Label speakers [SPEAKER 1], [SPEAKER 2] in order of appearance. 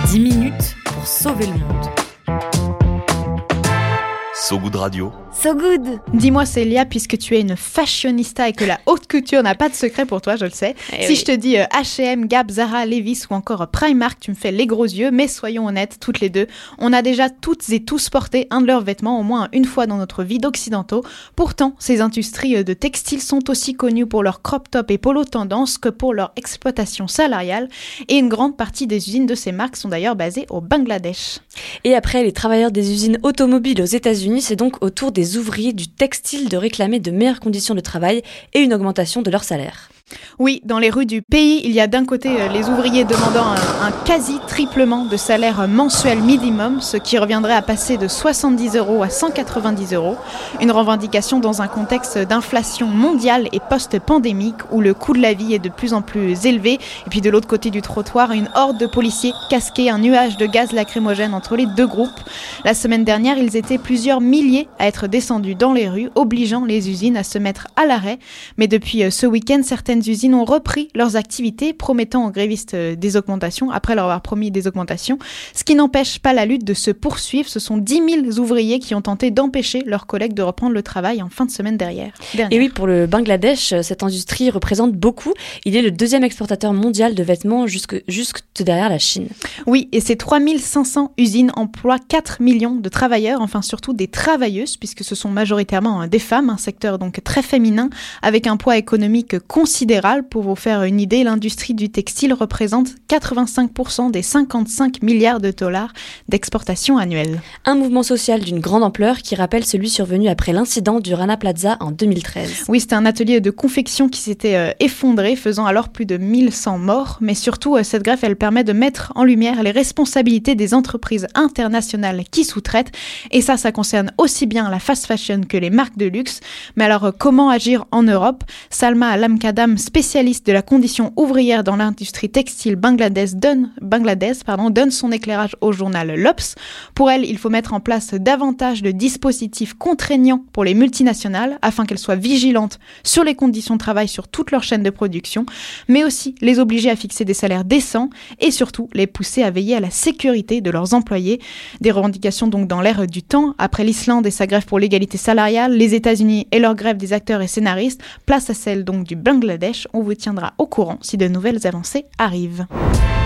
[SPEAKER 1] 10 minutes pour sauver le monde.
[SPEAKER 2] So Good Radio.
[SPEAKER 3] So good. Dis-moi Célia, puisque tu es une fashionista et que la haute couture n'a pas de secret pour toi, je le sais. Je te dis H&M, Gap, Zara, Levi's ou encore Primark, tu me fais les gros yeux, mais soyons honnêtes, toutes les deux, on a déjà toutes et tous porté un de leurs vêtements au moins une fois dans notre vie d'occidentaux. Pourtant, ces industries de textile sont aussi connues pour leurs crop top et polo tendance que pour leur exploitation salariale. Et une grande partie des usines de ces marques sont d'ailleurs basées au Bangladesh.
[SPEAKER 4] Et après les travailleurs des usines automobiles aux États-Unis, c'est donc au tour des ouvriers du textile de réclamer de meilleures conditions de travail et une augmentation de leur salaire.
[SPEAKER 3] Oui, dans les rues du pays, il y a d'un côté les ouvriers demandant un quasi-triplement de salaire mensuel minimum, ce qui reviendrait à passer de 70 € à 190 €. Une revendication dans un contexte d'inflation mondiale et post-pandémique où le coût de la vie est de plus en plus élevé. Et puis de l'autre côté du trottoir, une horde de policiers casqués, un nuage de gaz lacrymogène entre les deux groupes. La semaine dernière, ils étaient plusieurs milliers à être descendus dans les rues, obligeant les usines à se mettre à l'arrêt. Mais depuis ce week-end, certaines usines ont repris leurs activités, promettant aux grévistes des augmentations, après leur avoir promis des augmentations, ce qui n'empêche pas la lutte de se poursuivre. Ce sont 10 000 ouvriers qui ont tenté d'empêcher leurs collègues de reprendre le travail en fin de semaine dernière.
[SPEAKER 4] Et oui, pour le Bangladesh, cette industrie représente beaucoup. Il est le deuxième exportateur mondial de vêtements jusque derrière la Chine.
[SPEAKER 3] Oui, et ces 3500 usines emploient 4 millions de travailleurs, enfin surtout des travailleuses, puisque ce sont majoritairement des femmes, un secteur donc très féminin, avec un poids économique considérable. Pour vous faire une idée, l'industrie du textile représente 85% des 55 milliards de dollars d'exportation annuelle.
[SPEAKER 4] Un mouvement social d'une grande ampleur qui rappelle celui survenu après l'incident du Rana Plaza en 2013.
[SPEAKER 3] Oui, c'était un atelier de confection qui s'était effondré, faisant alors plus de 1100 morts. Mais surtout, cette grève, elle permet de mettre en lumière les responsabilités des entreprises internationales qui sous-traitent. Et ça concerne aussi bien la fast fashion que les marques de luxe. Mais alors, comment agir en Europe ? Salma Al-Mkadam, spécialiste de la condition ouvrière dans l'industrie textile bangladesh, donne son éclairage au journal l'Obs. Pour elle, il faut mettre en place davantage de dispositifs contraignants pour les multinationales afin qu'elles soient vigilantes sur les conditions de travail sur toute leur chaîne de production, mais aussi les obliger à fixer des salaires décents et surtout les pousser à veiller à la sécurité de leurs employés. Des revendications donc dans l'air du temps. Après l'Islande et sa grève pour l'égalité salariale, les États-Unis et leur grève des acteurs et scénaristes, place à celle donc du Bangladesh. On vous tiendra au courant si de nouvelles avancées arrivent.